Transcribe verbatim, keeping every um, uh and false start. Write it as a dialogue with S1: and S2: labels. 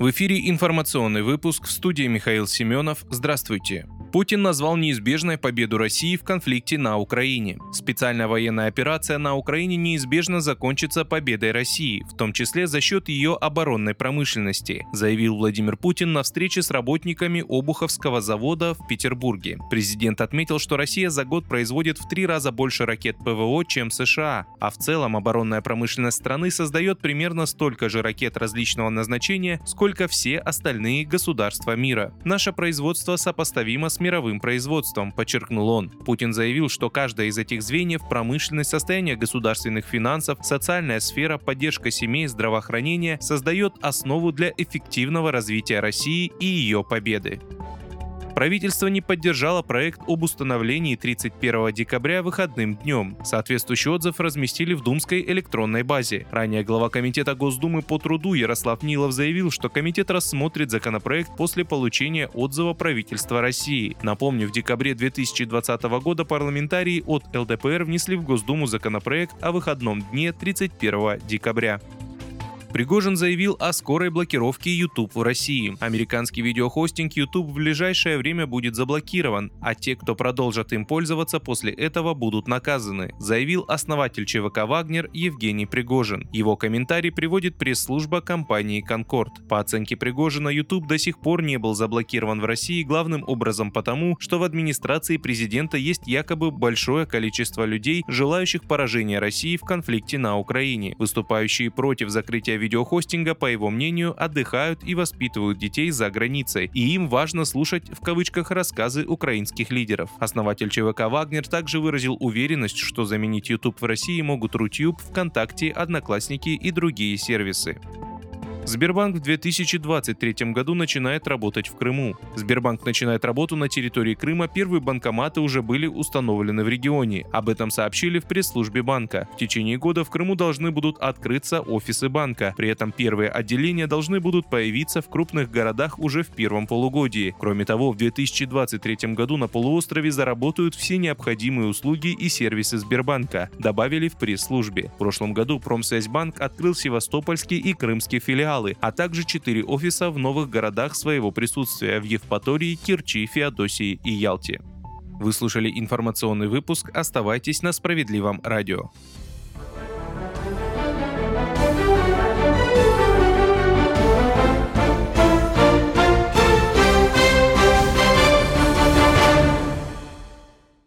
S1: В эфире информационный выпуск, в студии Михаил Семенов. Здравствуйте. Путин назвал неизбежной победу России в конфликте на Украине. Специальная военная операция на Украине неизбежно закончится победой России, в том числе за счет ее оборонной промышленности, заявил Владимир Путин на встрече с работниками Обуховского завода в Петербурге. Президент отметил, что Россия за год производит в три раза больше ракет ПВО, чем США, а в целом оборонная промышленность страны создает примерно столько же ракет различного назначения, сколько все остальные государства мира. Наше производство сопоставимо с мировым производством, подчеркнул он. Путин заявил, что каждое из этих звеньев – промышленность, состояние государственных финансов, социальная сфера, поддержка семей, здравоохранение – создает основу для эффективного развития России и ее победы. Правительство не поддержало проект об установлении тридцать первого декабря выходным днем. Соответствующий отзыв разместили в Думской электронной базе. Ранее глава Комитета Госдумы по труду Ярослав Нилов заявил, что комитет рассмотрит законопроект после получения отзыва правительства России. Напомню, в декабре две тысячи двадцатого года парламентарии от эл дэ пэ эр внесли в Госдуму законопроект о выходном дне тридцать первого декабря. Пригожин заявил о скорой блокировке YouTube в России. Американский видеохостинг YouTube в ближайшее время будет заблокирован, а те, кто продолжит им пользоваться, после этого будут наказаны, заявил основатель че вэ ка «Вагнер» Евгений Пригожин. Его комментарий приводит пресс-служба компании «Конкорд». По оценке Пригожина, YouTube до сих пор не был заблокирован в России главным образом потому, что в администрации президента есть якобы большое количество людей, желающих поражения России в конфликте на Украине. Выступающие против закрытия видеохостинга, по его мнению, отдыхают и воспитывают детей за границей, и им важно слушать в кавычках рассказы украинских лидеров. Основатель че вэ ка «Вагнер» также выразил уверенность, что заменить YouTube в России могут Рутюб, ВКонтакте, Одноклассники и другие сервисы. Сбербанк в две тысячи двадцать третьем году начинает работать в Крыму. Сбербанк начинает работу на территории Крыма, первые банкоматы уже были установлены в регионе. Об этом сообщили в пресс-службе банка. В течение года в Крыму должны будут открыться офисы банка. При этом первые отделения должны будут появиться в крупных городах уже в первом полугодии. Кроме того, в две тысячи двадцать третьем году на полуострове заработают все необходимые услуги и сервисы Сбербанка, добавили в пресс-службе. В прошлом году Промсвязьбанк открыл севастопольский и крымский филиалы, а также четыре офиса в новых городах своего присутствия в Евпатории, Керчи, Феодосии и Ялте. Вы слушали информационный выпуск. Оставайтесь на Справедливом радио.